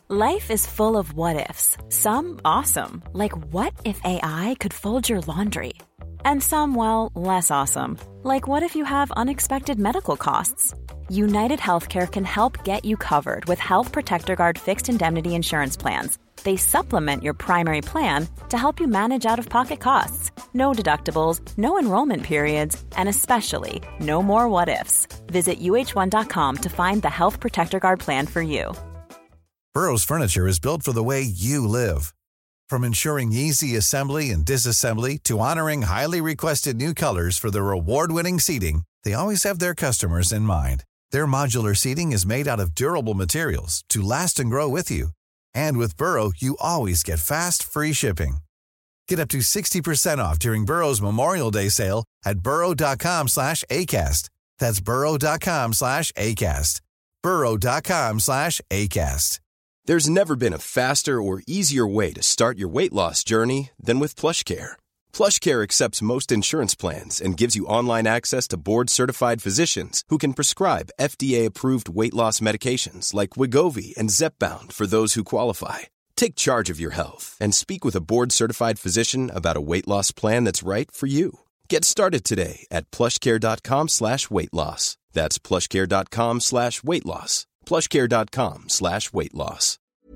Life is full of what-ifs. Some awesome, like what if AI could fold your laundry? And some, well, less awesome, like what if you have unexpected medical costs? United Healthcare can help get you covered with Health Protector Guard fixed indemnity insurance plans. They supplement your primary plan to help you manage out-of-pocket costs. No deductibles, no enrollment periods, and especially no more what-ifs. Visit uh1.com to find the Health Protector Guard plan for you. Burrow's furniture is built for the way you live. From ensuring easy assembly and disassembly to honoring highly requested new colors for their award-winning seating, they always have their customers in mind. Their modular seating is made out of durable materials to last and grow with you. And with Burrow, you always get fast, free shipping. Get up to 60% off during Burrow's Memorial Day sale at burrow.com/ACAST. That's burrow.com/ACAST. burrow.com/ACAST. There's never been a faster or easier way to start your weight loss journey than with PlushCare. PlushCare accepts most insurance plans and gives you online access to board-certified physicians who can prescribe FDA-approved weight loss medications like Wegovy and Zepbound for those who qualify. Take charge of your health and speak with a board-certified physician about a weight loss plan that's right for you. Get started today at plushcare.com/weightloss. That's plushcare.com/weightloss. plushcare.com/weightloss.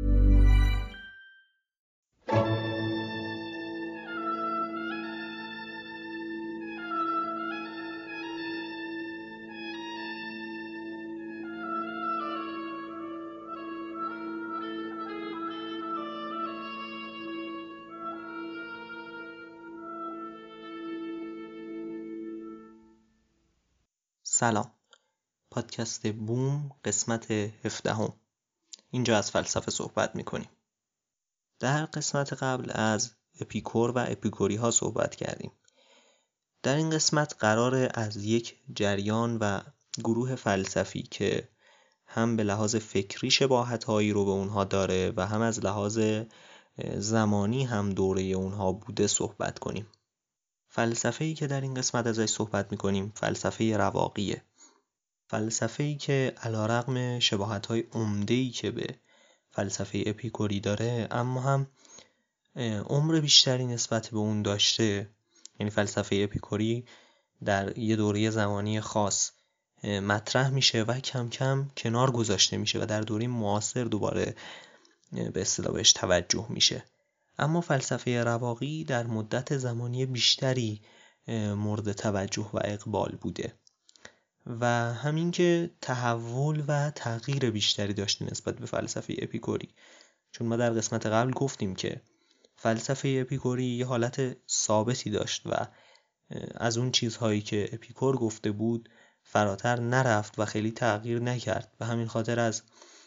سلام. پادکست بوم قسمت 17. اینجا از فلسفه صحبت میکنیم. در قسمت قبل از اپیکور و اپیکوری ها صحبت کردیم. در این قسمت قراره از یک جریان و گروه فلسفی که هم به لحاظ فکری شباهت‌هایی رو به اونها داره و هم از لحاظ زمانی هم دوره اونها بوده صحبت کنیم. فلسفه‌ای که در این قسمت ازش صحبت میکنیم فلسفه رواقیه. فلسفه‌ای که علیرغم شباهت‌های عمده‌ای که به فلسفه اپیکوری داره اما هم عمر بیشتری نسبت به اون داشته. یعنی فلسفه اپیکوری در یه دوره زمانی خاص مطرح میشه و کم کم کنار گذاشته میشه و در دوره معاصر دوباره به اصطلاح بهش توجه میشه. اما فلسفه رواقی در مدت زمانی بیشتری مورد توجه و اقبال بوده و همین که تحول و تغییر بیشتری داشته نسبت به فلسفه اپیکوری. چون ما در قسمت قبل گفتیم که فلسفه اپیکوری یه حالت ثابتی داشت و از اون چیزهایی که اپیکور گفته بود فراتر نرفت و خیلی تغییر نکرد و همین خاطر از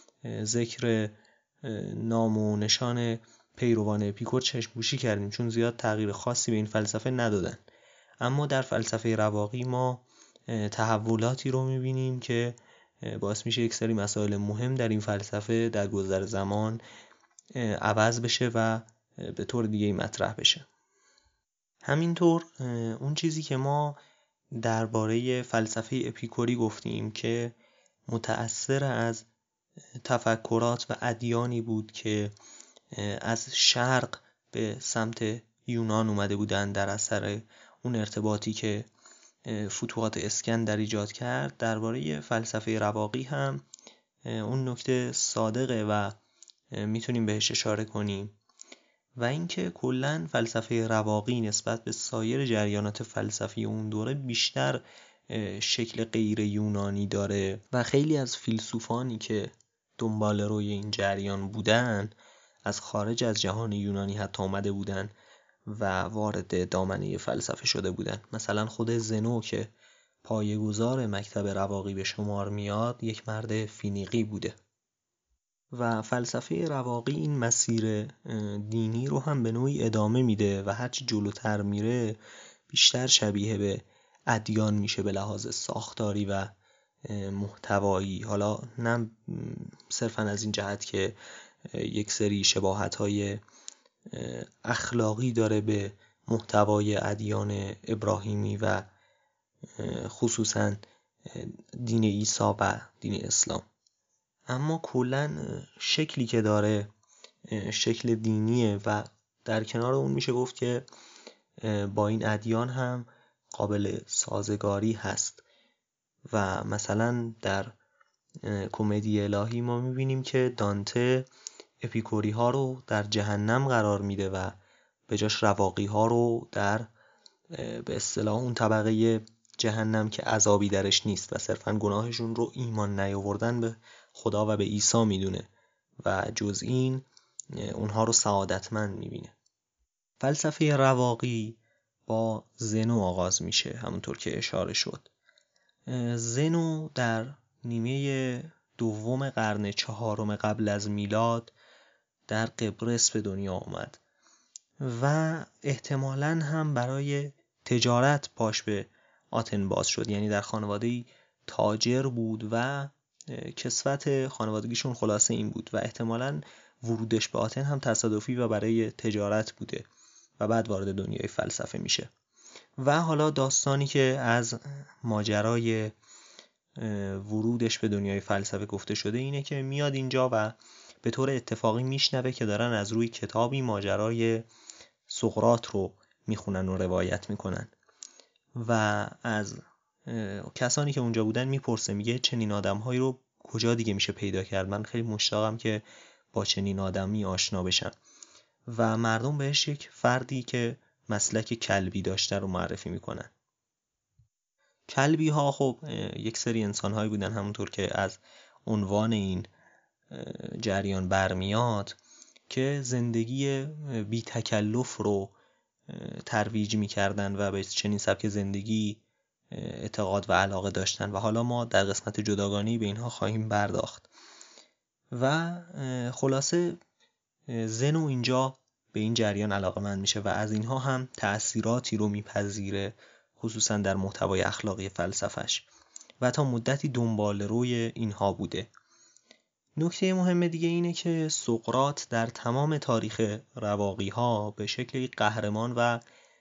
ذکر نام و نشان پیروان اپیکور چشم‌پوشی کردیم، چون زیاد تغییر خاصی به این فلسفه ندادن. اما در فلسفه رواقی ما تحولاتی رو می‌بینیم که باعث میشه یک سری مسائل مهم در این فلسفه در گذر زمان عوض بشه و به طور دیگه مطرح بشه. همینطور اون چیزی که ما درباره فلسفه اپیکوری گفتیم که متأثر از تفکرات و ادیانی بود که از شرق به سمت یونان اومده بودن در اثر اون ارتباطی که فتوحات اسکندر ایجاد کرد. درباره فلسفه رواقی هم اون نکته صادقه و میتونیم بهش اشاره کنیم و اینکه کلاً فلسفه رواقی نسبت به سایر جریانات فلسفی اون دوره بیشتر شکل غیر یونانی داره و خیلی از فیلسوفانی که دنبال روی این جریان بودن از خارج از جهان یونانی حتی اومده بودن و وارد دامنه فلسفه شده بودن. مثلا خود زنو که پایه‌گذار مکتب رواقی به شمار میاد یک مرد فینیقی بوده و فلسفه رواقی این مسیر دینی رو هم به نوعی ادامه میده و هرچی جلوتر میره بیشتر شبیه به ادیان میشه به لحاظ ساختاری و محتوایی. حالا نه صرفا از این جهت که یک سری شباهت‌های اخلاقی داره به محتوای ادیان ابراهیمی و خصوصا دین عیسی و دین اسلام، اما کلاً شکلی که داره شکل دینیه و در کنار اون میشه گفت که با این ادیان هم قابل سازگاری هست. و مثلا در کمدی الهی ما میبینیم که دانته اپیکوری ها رو در جهنم قرار میده و به جاش رواقی ها رو در به اصطلاح اون طبقه جهنم که عذابی درش نیست و صرفاً گناهشون رو ایمان نیاوردن به خدا و به عیسی میدونه و جز این اونها رو سعادتمند میبینه. فلسفه رواقی با زنو آغاز میشه، همونطور که اشاره شد. زنو در نیمه دوم قرن 4 قبل از میلاد در قبرس به دنیا آمد و احتمالاً هم برای تجارت پاش به آتن باز شد. یعنی در خانواده‌ای تاجر بود و کسوت خانوادگیشون خلاصه این بود و احتمالاً ورودش به آتن هم تصادفی و برای تجارت بوده و بعد وارد دنیای فلسفه میشه. و حالا داستانی که از ماجرای ورودش به دنیای فلسفه گفته شده اینه که میاد اینجا و به طور اتفاقی میشنوه که دارن از روی کتابی ماجرای سقراط رو میخونن و روایت میکنن و از کسانی که اونجا بودن میپرسه، میگه چنین آدم‌هایی رو کجا دیگه میشه پیدا کرد؟ من خیلی مشتاقم که با چنین آدمی آشنا بشم. و مردم بهش یک فردی که مسلک کلبی داشته رو معرفی میکنن. کلبی ها خب یک سری انسان هایی بودن، همونطور که از عنوان این جریان برمیاد، که زندگی بی تکلف رو ترویج میکردن و به چنین سبک زندگی اعتقاد و علاقه داشتن و حالا ما در قسمت جداگانه‌ای به اینها خواهیم پرداخت. و خلاصه زنو اینجا به این جریان علاقه‌مند میشه و از اینها هم تأثیراتی رو میپذیره، خصوصا در محتوای اخلاقی فلسفش، و تا مدتی دنبال روی اینها بوده. نکته مهم دیگه اینه که سقراط در تمام تاریخ رواقی ها به شکلی قهرمان و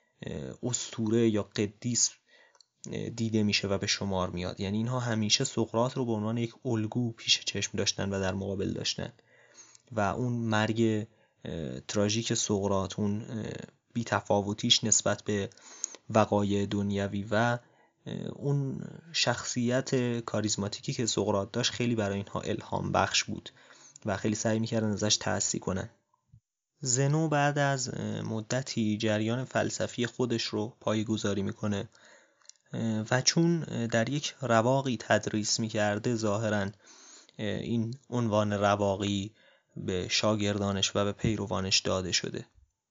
اسطوره یا قدیس دیده میشه و به شمار میاد. یعنی اینها همیشه سقراط رو به عنوان یک الگو پیش چشم داشتن و در مقابل داشتن و اون مرگ تراژیک سقراط، اون بی‌تفاوتیش نسبت به وقایع دنیوی و اون شخصیت کاریزماتیکی که سقراط داشت خیلی برای اینها الهام بخش بود و خیلی سعی میکردن ازش تأسی کنن. زنو بعد از مدتی جریان فلسفی خودش رو پایه‌گذاری میکنه و چون در یک رواقی تدریس میکرده ظاهراً این عنوان رواقی به شاگردانش و به پیروانش داده شده.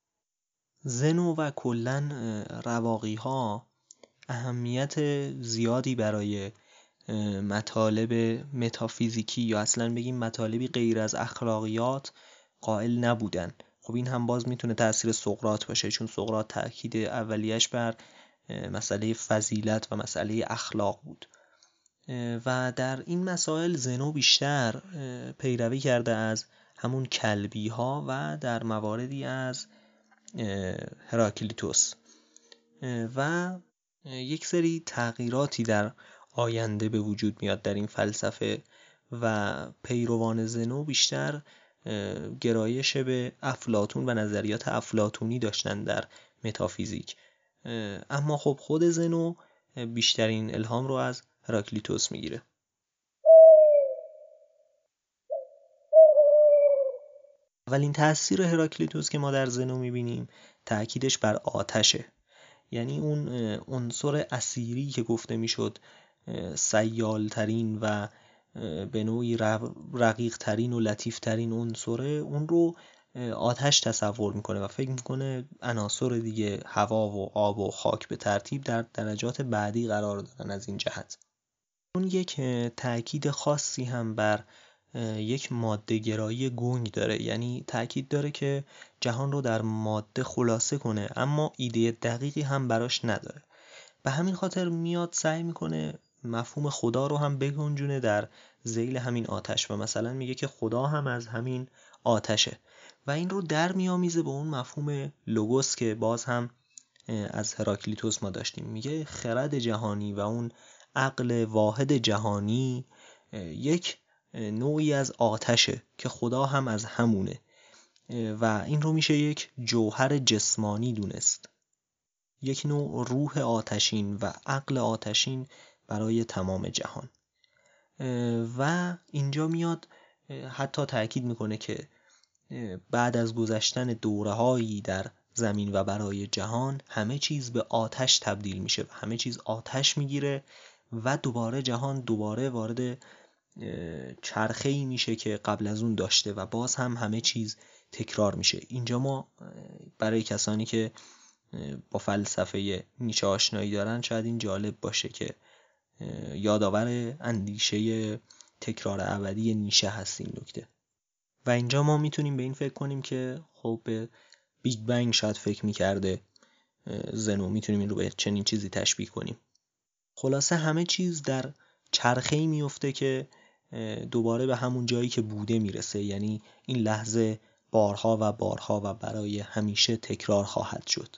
زنو و کلاً رواقی ها اهمیت زیادی برای مطالب متافیزیکی یا اصلاً بگیم مطالبی غیر از اخلاقیات قائل نبودن. خب این هم باز میتونه تأثیر سقراط باشه، چون سقراط تأکید اولیش بر مسئله فضیلت و مسئله اخلاق بود و در این مسائل زنو بیشتر پیروی کرده از همون کلبی ها و در مواردی از هراکلیتوس و یک سری تغییراتی در آینده به وجود میاد در این فلسفه و پیروان زنو بیشتر گرایش به افلاطون و نظریات افلاطونی داشتن در متافیزیک. اما خب خود زنو بیشترین الهام رو از هراکلیتوس میگیره. اولین تأثیر هراکلیتوس که ما در زنو میبینیم تأکیدش بر آتشه. یعنی اون عنصر اسیری که گفته میشد سیالترین و به نوعی رقیق ترین و لطیف ترین عنصره، اون رو آتش تصور میکنه و فکر میکنه عناصر دیگه هوا و آب و خاک به ترتیب در درجات بعدی قرار دارن. از این جهت اون یک تأکید خاصی هم بر یک ماده گرایی گنگ داره، یعنی تأکید داره که جهان رو در ماده خلاصه کنه اما ایده دقیقی هم براش نداره. به همین خاطر میاد سعی میکنه مفهوم خدا رو هم بگنجونه در ذیل همین آتش و مثلا میگه که خدا هم از همین آتشه و این رو در میامیزه به اون مفهوم لوگوس که باز هم از هراکلیتوس ما داشتیم. میگه خرد جهانی و اون عقل واحد جهانی یک نوعی از آتشه که خدا هم از همونه و این رو میشه یک جوهر جسمانی دونست، یک نوع روح آتشین و عقل آتشین برای تمام جهان. و اینجا میاد حتی تأکید میکنه که بعد از گذشتن دوره‌هایی در زمین و برای جهان همه چیز به آتش تبدیل میشه و همه چیز آتش میگیره و دوباره جهان دوباره وارد چرخه‌ای میشه که قبل از اون داشته و باز هم همه چیز تکرار میشه. اینجا ما برای کسانی که با فلسفه نیچه آشنایی دارن شاید این جالب باشه که یادآور اندیشه تکرار ابدی نیچه هست این نکته. و اینجا ما میتونیم به این فکر کنیم که خب به بیگ بنگ شاید فکر میکرده زنو، میتونیم این رو به چنین چیزی تشبیه کنیم. خلاصه همه چیز در چرخه‌ای میفته که دوباره به همون جایی که بوده میرسه، یعنی این لحظه بارها و بارها و برای همیشه تکرار خواهد شد.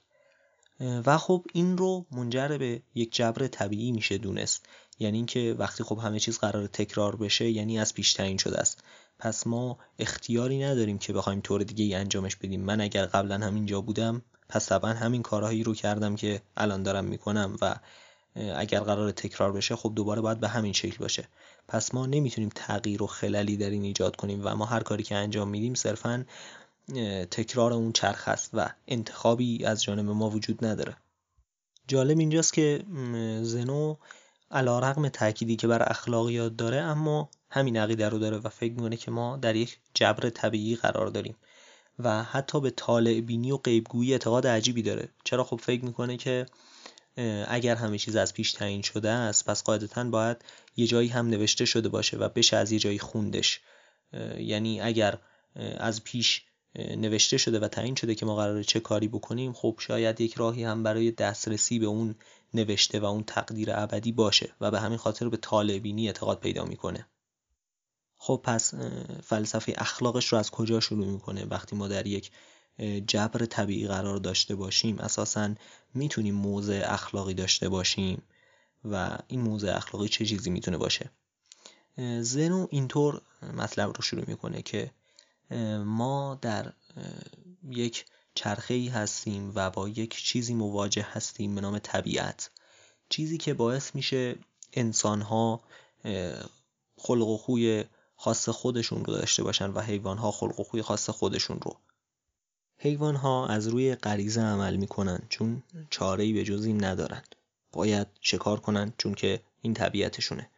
و خب این رو منجر به یک جبر طبیعی میشه دونست، یعنی اینکه وقتی خب همه چیز قرار تکرار بشه یعنی از پیش تعیین شده است، پس ما اختیاری نداریم که بخوایم طور دیگه ای انجامش بدیم. من اگر قبلا همینجا بودم پس طبعا همین کارهایی رو کردم که الان دارم میکنم و اگر قرار تکرار بشه خب دوباره باید به همین شکل باشه. پس ما نمیتونیم تغییر و خللی در این ایجاد کنیم و ما هر کاری که انجام میدیم صرفاً تکرار اون چرخ است و انتخابی از جانب ما وجود نداره. جالب اینجاست که زنو علیرغم تأکیدی که بر اخلاقیات داره اما همین عقیده رو داره و فکر میکنه که ما در یک جبر طبیعی قرار داریم و حتی به طالع بینی و غیبگویی اعتقاد عجیبی داره. چرا؟ خب فکر میکنه که اگر همه چیز از پیش تعیین شده است پس قاعدتاً باید یه جایی هم نوشته شده باشه و بشه از یه جایی خوندش. یعنی اگر از پیش نوشته شده و تعیین شده که ما قراره چه کاری بکنیم، خب شاید یک راهی هم برای دسترسی به اون نوشته و اون تقدیر ابدی باشه و به همین خاطر به طالع بینی اعتقاد پیدا میکنه. خب پس فلسفه اخلاقش رو از کجا شروع میکنه؟ وقتی ما در یک جبر طبیعی قرار داشته باشیم اساساً میتونیم موضع اخلاقی داشته باشیم و این موضع اخلاقی چه چیزی میتونه باشه؟ زنو اینطور مطلب رو شروع میکنه که ما در یک چرخه‌ای هستیم و با یک چیزی مواجه هستیم به نام طبیعت، چیزی که باعث میشه انسان‌ها خلق و خوی خاص خودشون رو داشته باشن و حیوان‌ها خلق و خوی خاص خودشون رو. حیوان‌ها از روی غریزه عمل میکنن چون چاره‌ای به جز این ندارن، باید شکار کنن چون که این طبیعتشونه.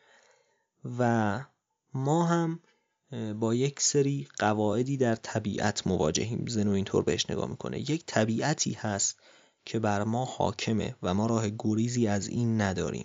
و ما هم با یک سری قواعدی در طبیعت مواجهیم. زنو اینطور بهش نگاه میکنه، یک طبیعتی هست که بر ما حاکمه و ما راه گریزی از این نداریم.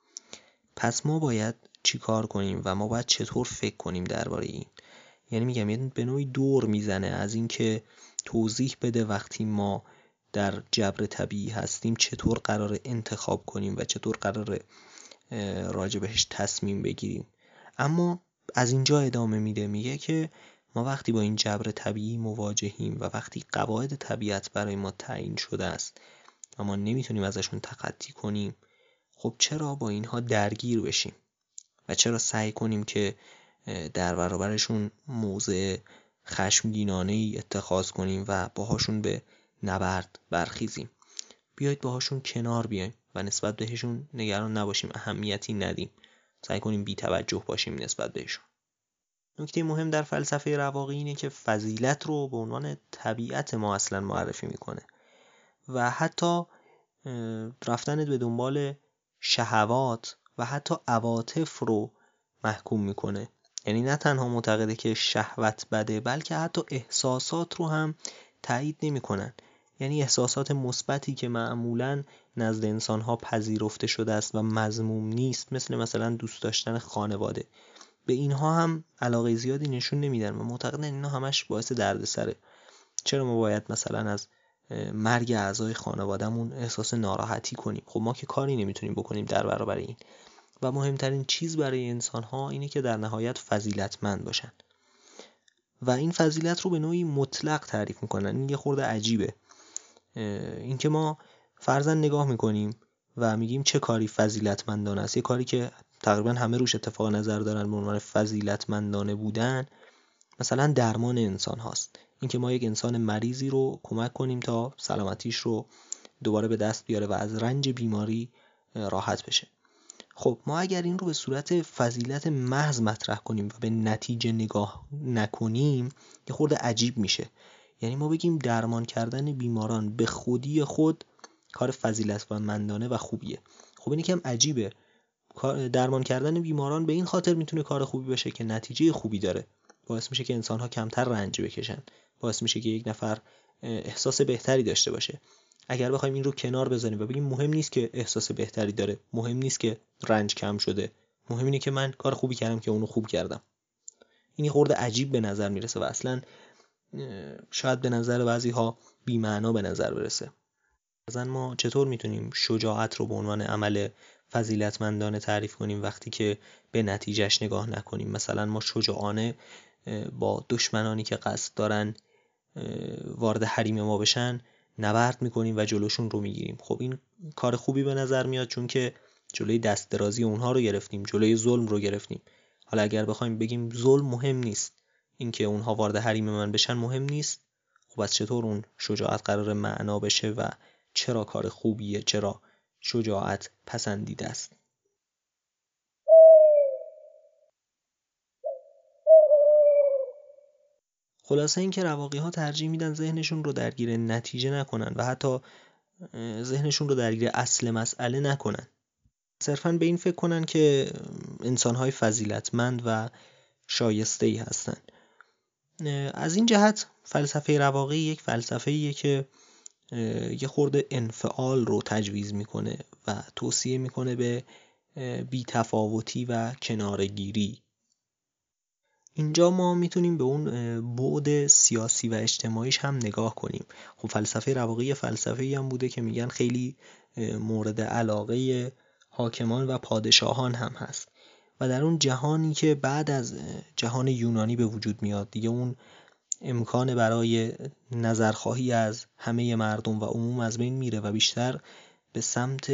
پس ما باید چی کار کنیم و ما باید چطور فکر کنیم درباره این؟ یعنی میگم به نوعی دور میزنه از این که توضیح بده وقتی ما در جبر طبیعی هستیم چطور قرار انتخاب کنیم و چطور قرار راجع بهش تصمیم بگیریم. اما از اینجا ادامه میده، میگه که ما وقتی با این جبر طبیعی مواجهیم و وقتی قواعد طبیعت برای ما تعیین شده است و ما نمیتونیم ازشون تخطی کنیم، خب چرا با اینها درگیر بشیم و چرا سعی کنیم که در برابرشون موضع خشمگینانه‌ای اتخاذ کنیم و باهاشون به نبرد برخیزیم؟ بیایید باهاشون کنار بیایم و نسبت بهشون نگران نباشیم، اهمیتی ندیم، سعی کنیم بی توجه باشیم نسبت بهشون. نکته مهم در فلسفه رواقی اینه که فضیلت رو به عنوان طبیعت ما اصلا معرفی میکنه و حتی رفتن به دنبال شهوات و حتی عواطف رو محکوم میکنه. یعنی نه تنها معتقده که شهوت بده بلکه حتی احساسات رو هم تایید نمیکنن. یعنی احساسات مثبتی که معمولاً نزد انسان‌ها پذیرفته شده است و مذموم نیست، مثلا دوست داشتن خانواده، به اینها هم علاقه زیادی نشون نمیدن و معتقدن اینا همش باعث دردسره. چرا ما باید مثلا از مرگ اعضای خانوادهمون احساس ناراحتی کنیم؟ خب ما که کاری نمیتونیم بکنیم در برابر این. و مهمترین چیز برای انسان‌ها اینه که در نهایت فضیلتمند باشن و این فضیلت رو به نوعی مطلق تعریف میکنن. این یه خورده عجیبه، اینکه ما فرضاً نگاه میکنیم و میگیم چه کاری فضیلتمندانه است، یه کاری که تقریبا همه روش اتفاق نظر دارن به عنوان فضیلتمندانه بودن، مثلا درمان انسان هاست. اینکه ما یک انسان مریضی رو کمک کنیم تا سلامتیش رو دوباره به دست بیاره و از رنج بیماری راحت بشه. خب ما اگر این رو به صورت فضیلت محض مطرح کنیم و به نتیجه نگاه نکنیم یه خورده عجیب میشه. یعنی ما بگیم درمان کردن بیماران به خودی خود کار فضیلتمندانه و خوبیه. خب این یکم عجیبه. درمان کردن بیماران به این خاطر میتونه کار خوبی بشه که نتیجه خوبی داره، باعث میشه که انسان‌ها کمتر رنج بکشن، باعث میشه که یک نفر احساس بهتری داشته باشه. اگر بخوایم این رو کنار بذاریم و بگیم مهم نیست که احساس بهتری داره، مهم نیست که رنج کم شده، مهم اینه که من کار خوبی کردم که اونو خوب کردم، این خورده عجیب به نظر میرسه و اصلا شاید به نظر بعضی‌ها بی‌معنا به نظر برسه. مثلا ما چطور میتونیم شجاعت رو به عنوان عمل فضیلتمندانه تعریف کنیم وقتی که به نتیجهش نگاه نکنیم؟ مثلا ما شجاعانه با دشمنانی که قصد دارن وارد حریم ما بشن نبرد میکنیم و جلوشون رو میگیریم. خب این کار خوبی به نظر میاد چون که جلوی دست درازی اونها رو گرفتیم، جلوی ظلم رو گرفتیم. حالا اگر بخوایم بگیم ظلم مهم نیست، اینکه اونها وارد حریم من بشن مهم نیست، خب از چطور اون شجاعت قرار معنا بشه و چرا کار خوبیه، چرا شجاعت پسندیده است؟ خلاصه این که رواقی ها ترجیح میدن ذهنشون رو درگیر نتیجه نکنن و حتی ذهنشون رو درگیر اصل مسئله نکنن، صرفاً به این فکر کنن که انسان‌های فضیلتمند و شایسته‌ای هستن. از این جهت فلسفه رواقی یک فلسفه‌ایه که یه خورده انفعال رو تجویز میکنه و توصیه میکنه به بی‌تفاوتی و کناره‌گیری. اینجا ما میتونیم به اون بعد سیاسی و اجتماعیش هم نگاه کنیم. خب فلسفه رواقی فلسفه‌ای هم بوده که میگن خیلی مورد علاقه حاکمان و پادشاهان هم هست و در اون جهانی که بعد از جهان یونانی به وجود میاد دیگه اون امکان برای نظرخواهی از همه مردم و عموم از بین میره و بیشتر به سمت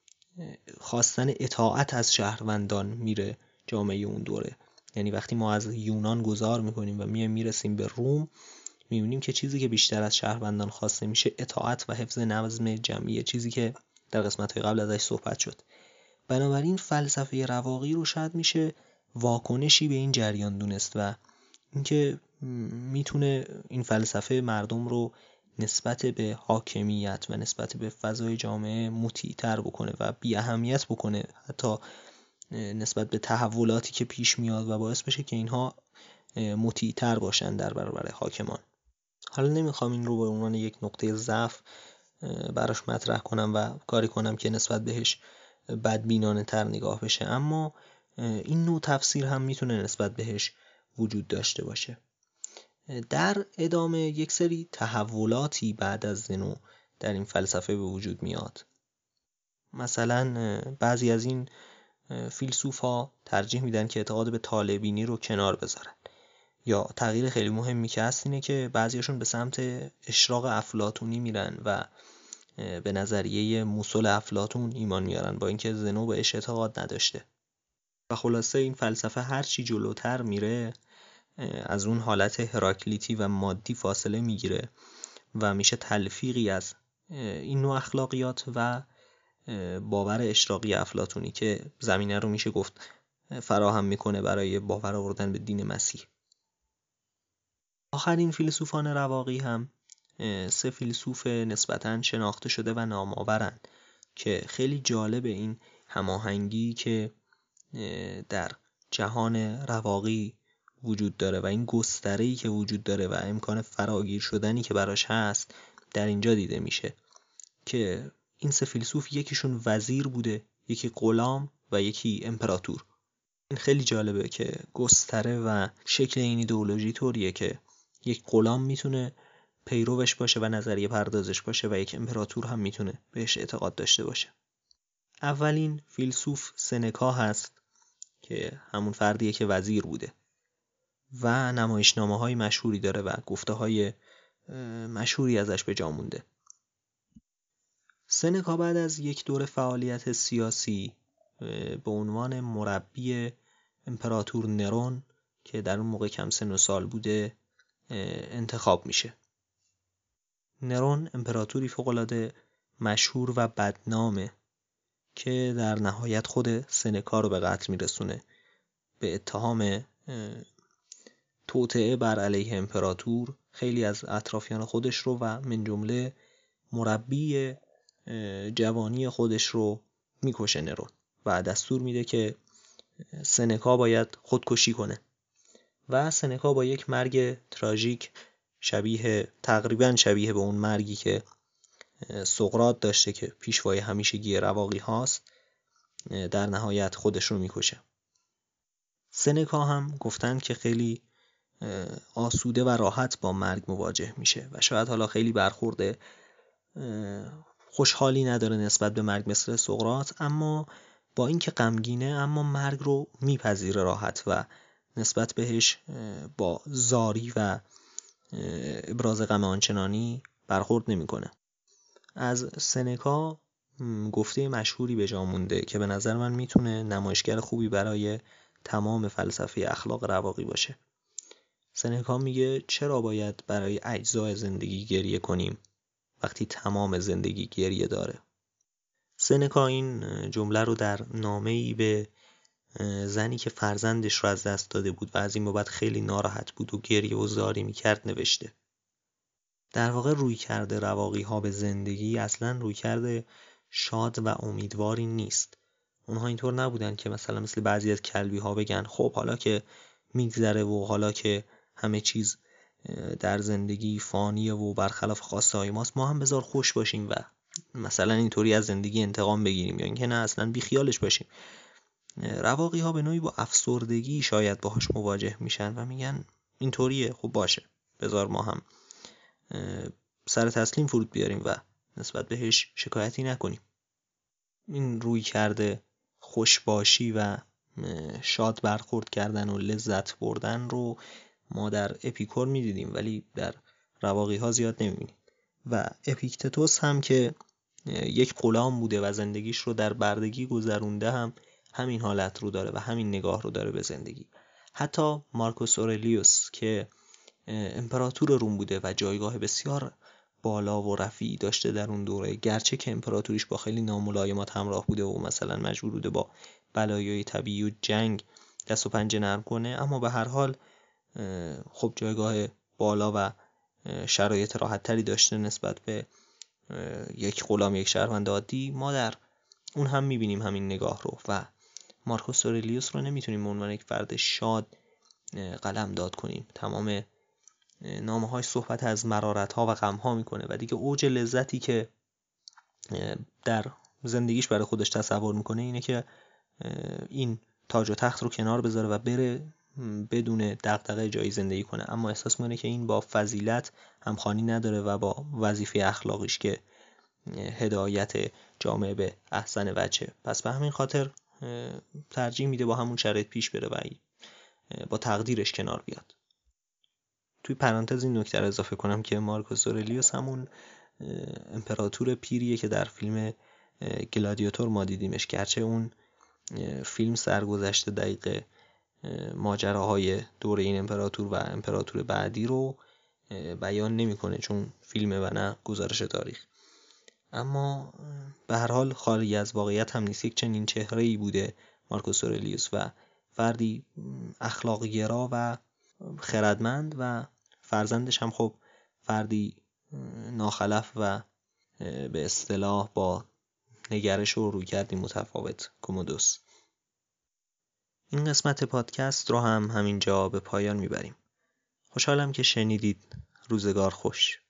خواستن اطاعت از شهروندان میره جامعه اون دوره. یعنی وقتی ما از یونان گذار میکنیم و میرسیم به روم، میبینیم که چیزی که بیشتر از شهروندان خواسته میشه اطاعت و حفظ نظم جمعیه، چیزی که در قسمت‌های قبل ازش صحبت شد. بنابراین فلسفه رواقی رو شاید میشه واکنشی به این جریان دونست و اینکه میتونه این فلسفه مردم رو نسبت به حاکمیت و نسبت به فضای جامعه مطیع‌تر بکنه و بی اهمیت بکنه حتی نسبت به تحولاتی که پیش میاد و باعث بشه که اینها مطیع‌تر باشن در برابر حاکمان. حالا نمیخوام این رو به عنوان یک نقطه ضعف براش مطرح کنم و کاری کنم که نسبت بهش بدبینانه تر نگاه بشه، اما این نوع تفسیر هم میتونه نسبت بهش وجود داشته باشه. در ادامه یک سری تحولاتی بعد از زنو در این فلسفه به وجود میاد. مثلا بعضی از این فیلسوفا ترجیح میدن که اعتقاد به طالع‌بینی رو کنار بذارن، یا تغییر خیلی مهمی که هست اینه که بعضیاشون به سمت اشراق افلاطونی میرن و به نظریه موصل افلاطون ایمان میارن، با اینکه زنو بهش اعتقاد نداشته. و خلاصه این فلسفه هر چی جلوتر میره از اون حالت هراکلیتی و مادی فاصله میگیره و میشه تلفیقی از این نوع اخلاقیات و باور اشراقی افلاطونی که زمینه رو میشه گفت فراهم میکنه برای باور آوردن به دین مسیح. آخرین فیلسوفان رواقی هم 3 فیلسوف نسبتاً شناخته شده و نامآورن که خیلی جالب این هماهنگی که در جهان رواقی وجود داره و این گستره‌ای که وجود داره و امکان فراگیر شدنی که براش هست در اینجا دیده میشه که این 3 فیلسوف یکیشون وزیر بوده، یکی غلام و یکی امپراتور. این خیلی جالبه که گستره و شکل این ایدئولوژی طوریه که یک غلام میتونه پیروش باشه و نظریه پردازش باشه و یک امپراتور هم میتونه بهش اعتقاد داشته باشه. اولین فیلسوف سنکا هست که همون فردیه که وزیر بوده و نمایشنامه‌های مشهوری داره و گفته‌های مشهوری ازش به جا مونده. سنکا بعد از یک دوره فعالیت سیاسی به عنوان مربی امپراتور نرون که در اون موقع کم سن و سال بوده انتخاب میشه. نرون امپراتوری فوق‌العاده مشهور و بدنامه که در نهایت خود سنکا رو به قتل میرسونه به اتهام توطئه بر علیه امپراتور. خیلی از اطرافیان خودش رو و من جمله مربی جوانی خودش رو میکشه نرون و دستور میده که سنکا باید خودکشی کنه و سنکا با یک مرگ تراژیک تقریبا شبیه به اون مرگی که سقراط داشته که پیشوای همیشگی رواقی هاست در نهایت خودش رو میکشه. سنکا هم گفتن که خیلی آسوده و راحت با مرگ مواجه میشه و شاید حالا خیلی برخورده خوشحالی نداره نسبت به مرگ مثل سقراط، اما با اینکه غمگینه اما مرگ رو میپذیره راحت و نسبت بهش با زاری و ابراز غم آنچنانی برخورد نمیکنه. از سنکا گفته مشهوری به جا مونده که به نظر من میتونه نمایشگر خوبی برای تمام فلسفه اخلاق رواقی باشه. سنکا میگه چرا باید برای اجزای زندگی گریه کنیم وقتی تمام زندگی گریه داره. سنکا این جمله رو در نامه‌ای به زنی که فرزندش رو از دست داده بود و از این بابت خیلی ناراحت بود و گریه و زاری میکرد نوشته. در واقع روی کرده رواقی ها به زندگی اصلا روی کرده شاد و امیدواری نیست. اونها اینطور نبودن که مثلا مثل بعضی از کلبی ها بگن خب حالا که میگذره و حالا که همه چیز در زندگی فانیه و برخلاف خواسته های ماست، ما هم بذار خوش باشیم و مثلا اینطوری از زندگی انتقام بگیریم، یا اینکه نه اصلا بی خیالش باشیم. رواقی ها به نوعی با افسردگی شاید باهاش مواجه میشن و میگن اینطوریه، خب باشه بذار ما هم سر تسلیم فرود بیاریم و نسبت بهش شکایتی نکنیم. این روی کرده خوشباشی و شاد برخورد کردن و لذت بردن رو ما در اپیکور میدیدیم ولی در رواقی ها زیاد نمیبینیم. و اپیکتتوس هم که یک غلام بوده و زندگیش رو در بردگی گذرونده هم همین حالت رو داره و همین نگاه رو داره به زندگی. حتی مارکوس اورلیوس که امپراتور روم بوده و جایگاه بسیار بالا و رفیعی داشته در اون دوره، گرچه که امپراتوریش با خیلی ناملایمات همراه بوده و مثلا مجبور بوده با بلایای طبیعی و جنگ دست و پنجه نرم کنه، اما به هر حال خب جایگاه بالا و شرایط راحت تری داشته نسبت به یک غلام، یک شهروند عادی. ما در اون هم میبینیم همین نگاه رو و مارکوس اورلیوس رو نمیتونیم به عنوان یک فرد شاد قلم داد کنیم. تمام نامه‌هاش صحبت از مرارت‌ها و غم‌ها میکنه و دیگه اوج لذتی که در زندگیش برای خودش تصور میکنه اینه که این تاج و تخت رو کنار بذاره و بره بدون دغدغه جایی زندگی کنه، اما احساس میکنه که این با فضیلت همخوانی نداره و با وظیفه اخلاقیش که هدایت جامعه به احسن وجه. پس به همین خاطر ترجیح میده با همون شرایط پیش بره و با تقدیرش کنار بیاد. توی پرانتز این نکته رو اضافه کنم که مارکوس اورلیوس همون امپراتور پیریه که در فیلم گلادیاتور ما دیدیمش، گرچه اون فیلم سرگذشت دقیق ماجراهای دوره این امپراتور و امپراتور بعدی رو بیان نمیکنه چون فیلمه و نه گزارش تاریخ. اما به هر حال خالی از واقعیت هم نیست. یک چنین چهره‌ای بوده مارکوس اورلیوس و فردی اخلاق گرا و خردمند و فرزندش هم خب فردی ناخلف و به اصطلاح با نگرش و رویکردی متفاوت، کومودوس. این قسمت پادکست رو هم همینجا به پایان میبریم. خوشحالم که شنیدید. روزگار خوش.